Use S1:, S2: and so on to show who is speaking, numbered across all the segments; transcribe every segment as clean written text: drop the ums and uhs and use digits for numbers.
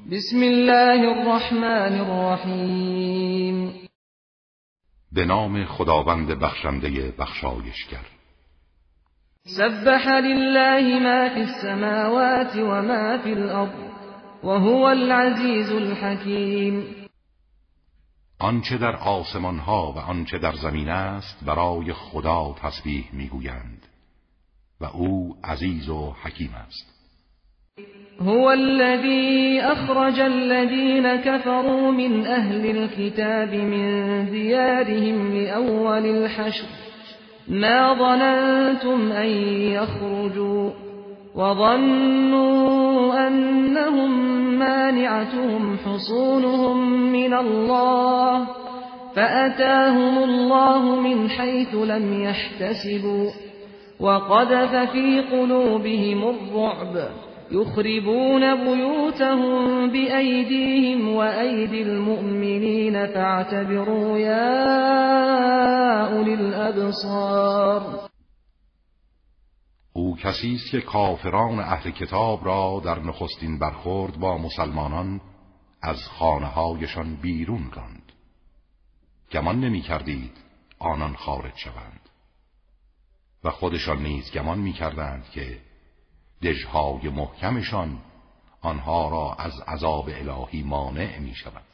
S1: بسم الله الرحمن الرحیم.
S2: به نام خداوند بخشنده بخشایشگر.
S1: سبح لله ما فی السماوات و ما فی الارض وهو العزیز الحکیم.
S2: آنچه در آسمان ها و آنچه در زمین است برای خدا تسبیح میگویند و او عزیز و حکیم است.
S1: هو الذي أخرج الذين كفروا من أهل الكتاب من ديارهم لأول الحشر ما ظننتم أن يخرجوا وظنوا أنهم مانعتهم حصونهم من الله فأتاهم الله من حيث لم يحتسبوا وقذف في قلوبهم الرعب يخربون بيوتهم بأيديهم وأيدي المؤمنين فاعتبروا يا أولي الأبصار.
S2: او کسی است که کافران اهل کتاب را در نخستین برخورد با مسلمانان از خانه‌هایشان بیرون راند. گمان نمی کردید آنان خارج شوند و خودشان نیز گمان می کردند که دژهای محکمشان آنها را از عذاب الهی مانع می شود.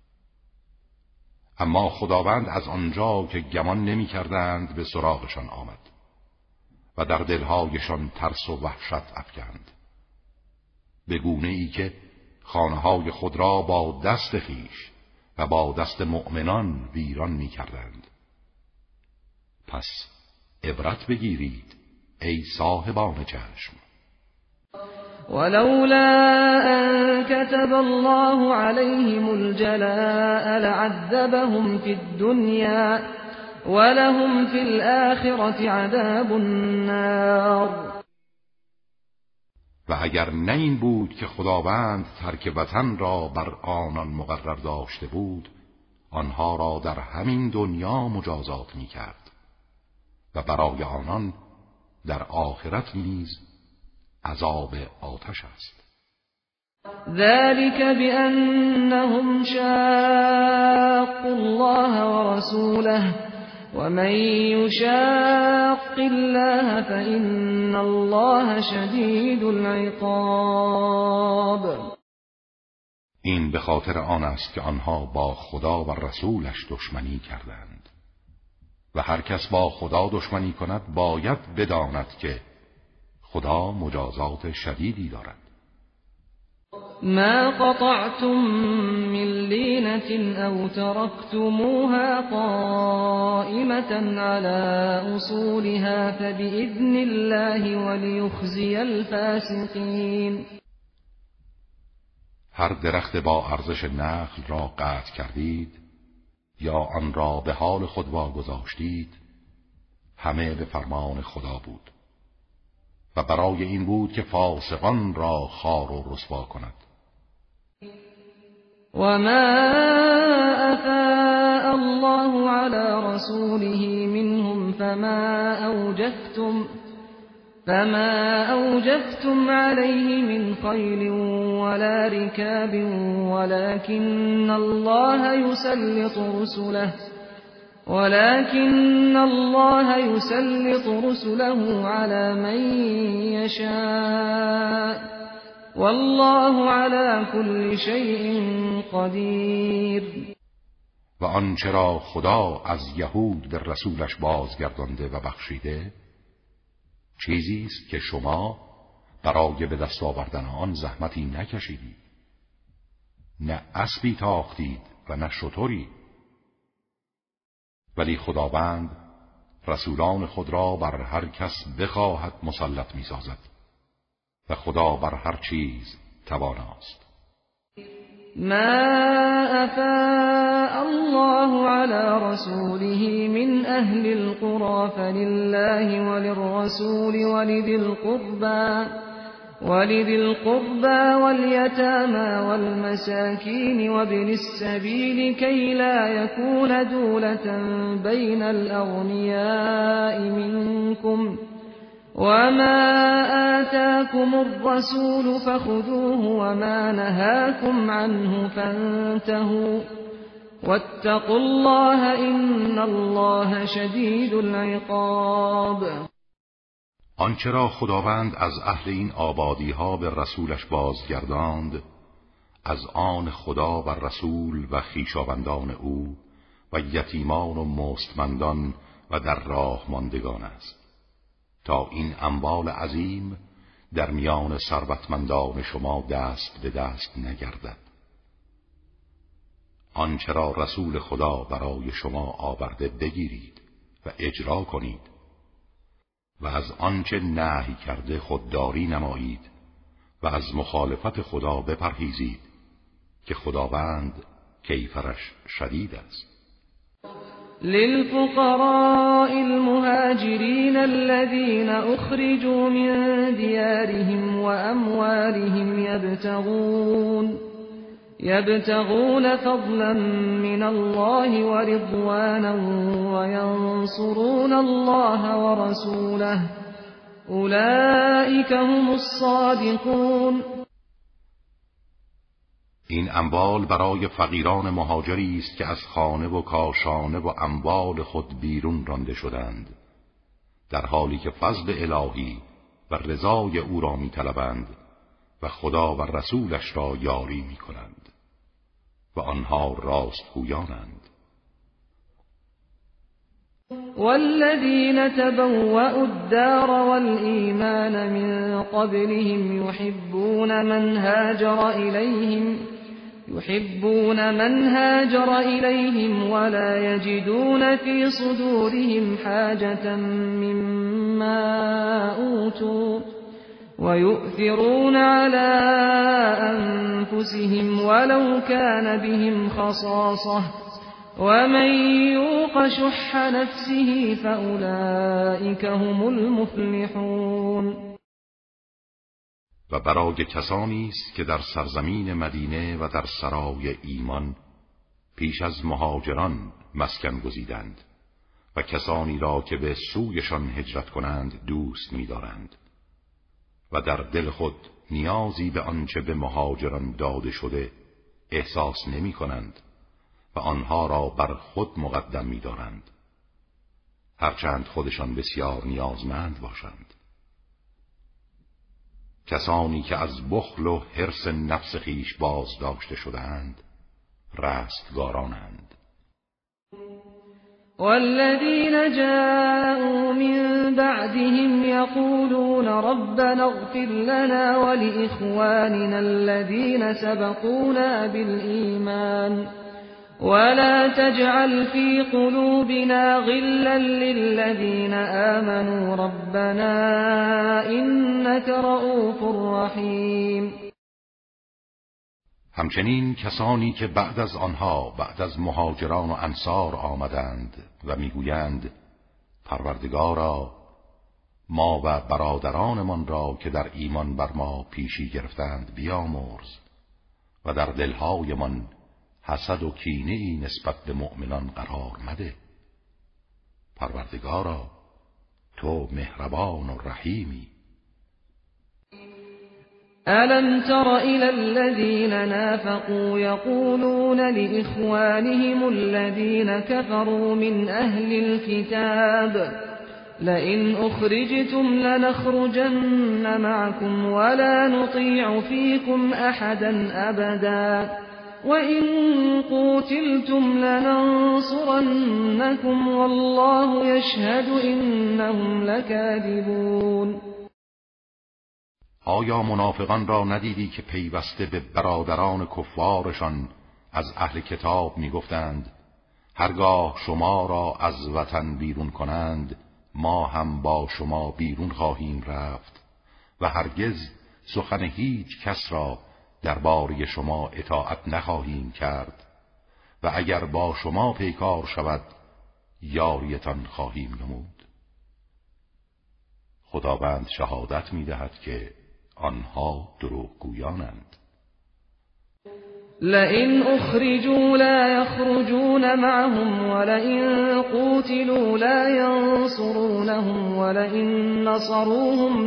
S2: اما خداوند از آنجا که گمان نمی کردند به سراغشان آمد و در دلهایشان ترس و وحشت افکند، به گونه ای که خانه‌های خود را با دست خویش و با دست مؤمنان ویران می کردند. پس عبرت بگیرید ای صاحبان چشم.
S1: ولولا أن كتب الله عليهم الجلاء لعذبهم في الدنيا ولهم في الآخرة عذاب النار.
S2: و اگر نه این بود که خداوند ترک وطن را بر آنان مقرر داشته بود، آنها را در همین دنیا مجازات می کرد و برای آنان در آخرت نیز عذاب آتش است.
S1: ذلك بأنهم شاقوا الله ورسوله ومن يشاق الله فإن الله شدید العقاب.
S2: این به خاطر آن است که آنها با خدا و رسولش دشمنی کردند و هر کس با خدا دشمنی کند باید بداند که خدا مجازات شدیدی دارد.
S1: ما قطعتم من لینة او ترکتموها قائمة على اصولها فبإذن الله وليخزي الفاسقین.
S2: هر درخت با ارزش نخل را قطع کردید یا آن را به حال خود واگذاشتید، همه به فرمان خدا بود و برای این بود که فاسقان را خوار و رسوا کند.
S1: وما أفاء الله على رسوله منهم فما أوجفتم عليه من خيل ولا ركاب ولكن الله يسلط رسله على من يشاء والله على كل شيء قدیر.
S2: و آنچه را خدا از یهود به رسولش بازگردانده و بخشیده چیزی است که شما برای به دست آوردن آن زحمتی نکشیدید، نه اسبی تاختید و نه شتری، ولی خداوند رسولان خود را بر هر کس بخواهد مسلط می سازد و خدا بر هر چیز تواناست.
S1: ما أفاء الله على رسوله من أهل القرى فلله وللرسول ولذي القربى واليتامى والمساكين وابن السبيل كي لا يكون دولة بين الأغنياء منكم وما آتاكم الرسول فخذوه وما نهاكم عنه فانتهوا واتقوا الله إن الله شدید العقاب.
S2: آنچه را خداوند از اهل این آبادی ها به رسولش بازگرداند از آن خدا و رسول و خویشاوندان او و یتیمان و مستمندان و در راه ماندگان است تا این اموال عظیم در میان ثروتمندان شما دست به دست نگردد. آنچه را رسول خدا برای شما آورده بگیرید و اجرا کنید و از آنچه نهی کرده خودداری نمایید و از مخالفت خدا بپرهیزید که خداوند کیفرش شدید است.
S1: للفقراء المهاجرين الذين أخرجوا من ديارهم وأموالهم يبتغون فضلا من الله ورضوانا وينصرون الله ورسوله أولئك هم الصادقون.
S2: این اموال برای فقیران مهاجری است که از خانه و کاشانه و اموال خود بیرون رانده شدند در حالی که فضل الهی و رضای او را می‌طلبند و خدا و رسولش را یاری می‌کنند و آنها راستگویانند.
S1: والذين تبوأوا الدار والإيمان من قبلهم يحبون من هاجر إليهم ولا يجدون في صدورهم حاجة مما أوتوا ويؤثرون على أنفسهم ولو كان بهم خصاصة ومن يوق شح نفسه فأولئك هم المفلحون.
S2: و برای کسانی است که در سرزمین مدینه و در سرای ایمان پیش از مهاجران مسکن گزیدند و کسانی را که به سویشان هجرت کنند دوست می‌دارند و در دل خود نیازی به آنچه به مهاجران داده شده احساس نمی‌کنند و آنها را بر خود مقدم می‌دارند هرچند خودشان بسیار نیازمند باشند. کسانی که از بخل و حرص نفس خویش باز داشته شدند رستگارانند.
S1: والذين جاءوا من بعدهم يقولون ربنا اغفر لنا ولإخواننا الذين سبقونا بالإيمان ولا تجعل في قلوبنا غلا للذين آمنوا ربنا إنك رؤوف رحيم.
S2: همچنین کسانی که بعد از آنها بعد از مهاجران و انصار آمدند و میگویند پروردگارا ما و برادرانمان را که در ایمان بر ما پیشی گرفتند بیامرز و در دلهایمان حسد و کینه‌ای نسبت به مؤمنان قرار مده. پروردگارا تو مهربان و رحیمی.
S1: ألم تر إلى الذين نافقوا يقولون لإخوانهم الذين كفروا من أهل الكتاب لئن أخرجتم لنخرجن معكم ولا نطيع فيكم أحدا أبدا وإن قوتلتم لننصرنكم والله يشهد إنهم لكاذبون.
S2: آیا منافقان را ندیدی که پیوسته به برادران کفارشان از اهل کتاب میگفتند هرگاه شما را از وطن بیرون کنند ما هم با شما بیرون خواهیم رفت و هرگز سخن هیچ کس را درباره شما اطاعت نخواهیم کرد و اگر با شما پیکار شود یاریتان خواهیم نمود. خداوند شهادت می‌دهد که آنها دروغگویانند.
S1: لئن أخرجوا لا يخرجون معهم ولئن قوتلوا لا ينصرونهم ولئن نصروهم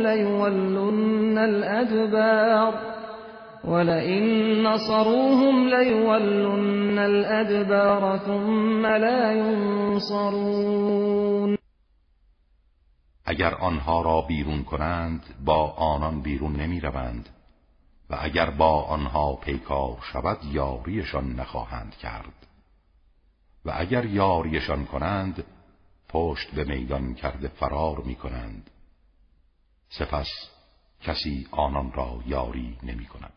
S1: ليولن الأدبار ثم لا ينصرون.
S2: اگر آنها را بیرون کنند با آنان بیرون نمی روند و اگر با آنها پیکار شود یاریشان نخواهند کرد و اگر یاریشان کنند پشت به میدان کرده فرار می کنند، سپس کسی آنان را یاری نمی کند.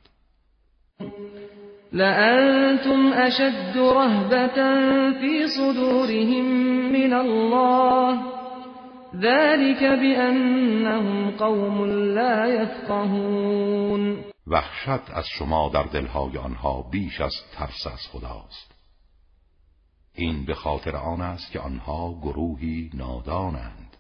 S1: لأنتم أشد رهبة في صدورهم من الله ذلك بأنهم قوم لا يفقهون.
S2: وحشت از شما در دلهای آنها بیش از ترس از خداست. این به خاطر آن است که آنها گروهی نادانند.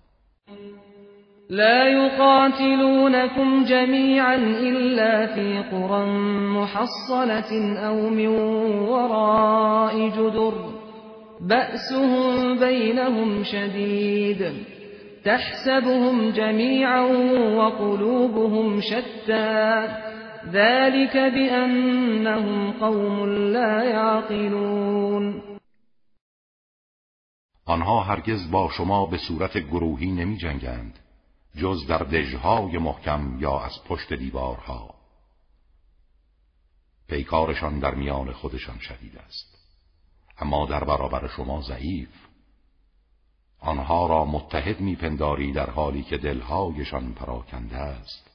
S1: لا يقاتلونكم جميعا إلا في قرى محصنة أو من وراء جدر بأسهم بينهم شديد تحسبهم جميعا وقلوبهم شتى ذلك بأنهم قوم لا يعقلون.
S2: آنها هرگز با شما به صورت گروهی نمی جنگند جز در دژهای محکم یا از پشت دیوارها. پیکارشان در میان خودشان شدید است، اما در برابر شما ضعیف. آنها را متحد میپنداری در حالی که دلهایشان پراکنده است.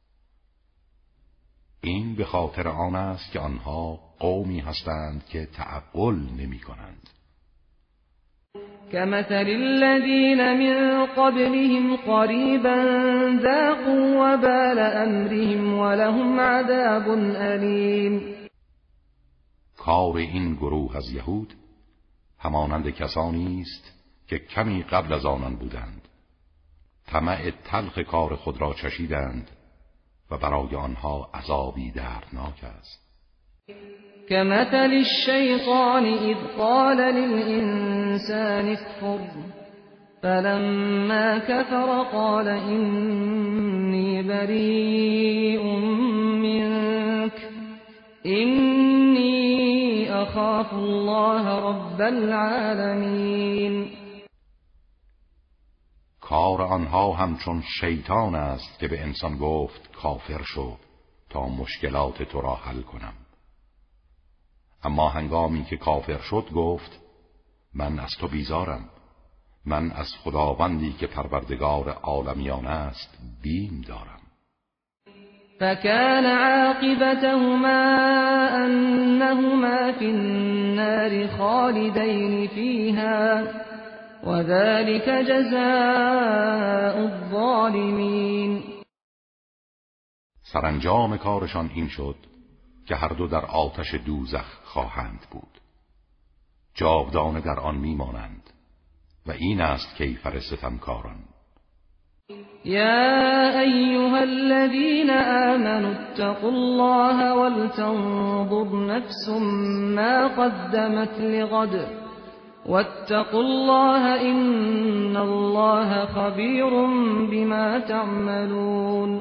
S2: این به خاطر آن است که آنها قومی هستند که تعقل نمی کنند.
S1: كمثل الذين من قبلهم قريبا ذاقوا وبال أمرهم ولهم عذاب أليم.
S2: کار این گروه از یهود همانند کسانی است که کمی قبل از آنان بودند، طمع تلخ کار خود را چشیدند و برای آنها عذابی دردناک است.
S1: كمثل الشيطان إذ قال للإنسان اكفر فلما كفر قال إني بريء منك إني أخاف الله رب العالمين.
S2: کار آنها همچون شیطان است که به انسان گفت کافر شو تا مشکلات تو را حل کنم. اما هنگامی که کافر شد گفت من از تو بیزارم، من از خداوندی که پروردگار عالمیان است بیم دارم.
S1: فكان عاقبتهما أنهما في النار خالدين فيها وذلك جزاء الظالمين.
S2: سرانجام کارشان این شد که هر دو در آتش دوزخ خواهند بود، جاودانه در آن میمانند و این است کیفر ستمکاران.
S1: يا أيها الذين آمنوا اتقوا الله ولتنظر نفس ما قدمت لغد واتقوا الله إن الله خبير بما تعملون.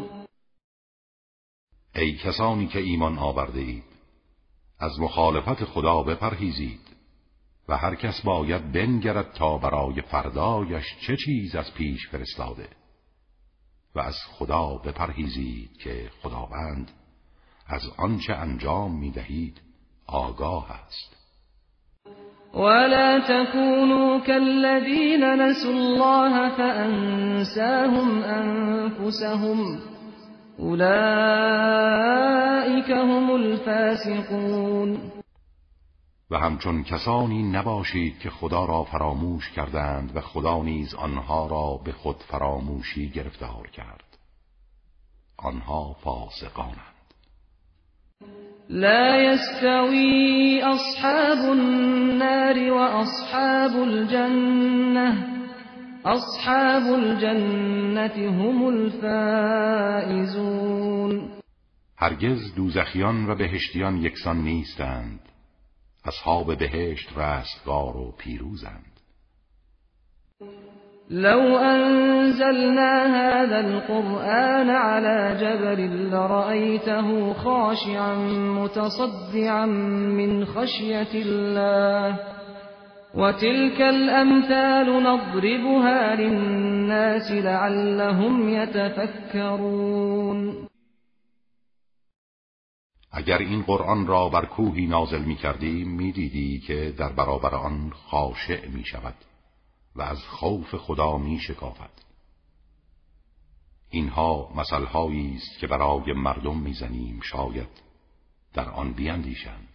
S2: ای کسانی که ایمان آورده اید، از مخالفت خدا بپرهیزید و هر کس باید بنگرد تا برای فردایش چه چیز از پیش فرستاده و از خدا بپرهیزید که خداوند از آنچه انجام می‌دهید آگاه است.
S1: ولا تكونوا كالذين نسوا الله فأنساهم أنفسهم اولئک هم الفاسقون.
S2: و همچون کسانی نباشید که خدا را فراموش کردند و خدا نیز آنها را به خود فراموشی گرفتار کرد. آنها فاسقانند.
S1: لا يستوي أصحاب النار وأصحاب الجنة أصحاب الجنة هم الفائزون.
S2: هرگز دوزخیان و بهشتیان یکسان نیستند، اصحاب بهشت رستگار و پیروزند.
S1: لو أنزلنا هذا القرآن على جبل لرأيته خاشعا متصدعا من خشية الله وتلك الأمثال نضربها للناس لعلهم يتفكرون.
S2: اگر این قرآن را بر کوهی نازل می کردیم می دیدی که در برابر آن خاشع می شود و از خوف خدا می شکافد. اینها مثلهایی است که برای مردم می زنیم، شاید در آن بیندیشند.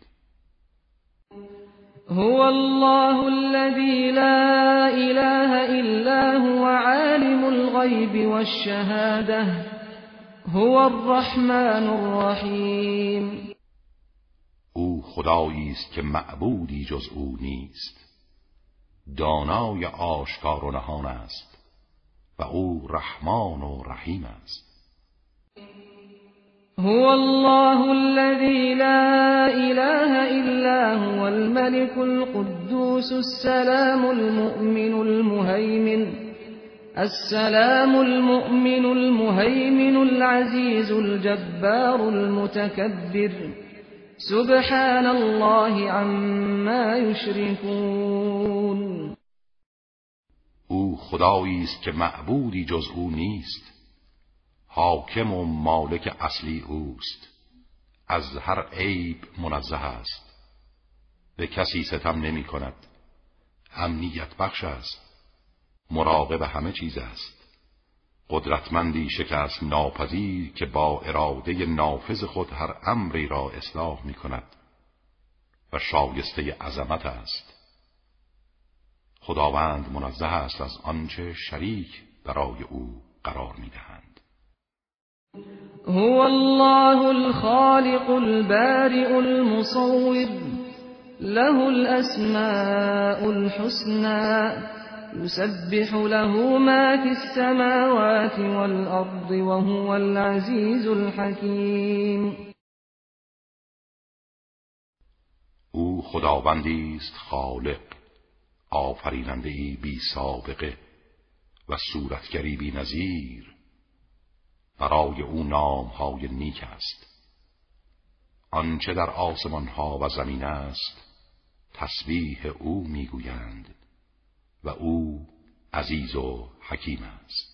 S1: هو الله الذي لا إله إلا هو عالم الغيب والشهادة هو الرحمن الرحیم.
S2: او خدایی است که معبودی جز او نیست، دانای آشکار و نهان است و او رحمان و رحیم است.
S1: هو الله الذي لا إله إلا هو الملك القدوس السلام المؤمن العزيز الجبار المتكبر سبحان الله عما يشركون.
S2: او خدایی است که معبودی جز او نیست، حاکم و مالک اصلی اوست، از هر عیب منزه است، به کسی ستم نمی کند، امنیت بخش است، مراقب همه چیز است، قدرتمندی شکست ناپذیر که با اراده نافذ خود هر امری را اصلاح می کند و شایسته عظمت است. خداوند منزه است از آنچه شریک برای او قرار می دهند.
S1: هو الله الخالق البارئ المصور له الأسماء الحسنى يسبح له ما في السماوات والأرض وهو العزيز الحكيم.
S2: او خداوندی است خالق، آفریننده‌ای بی سابقه و صورتگری بی نظیر. برای او نام‌های نیک است. آنچه در آسمان‌ها و زمین است تسبیح او می‌گویند و او عزیز و حکیم است.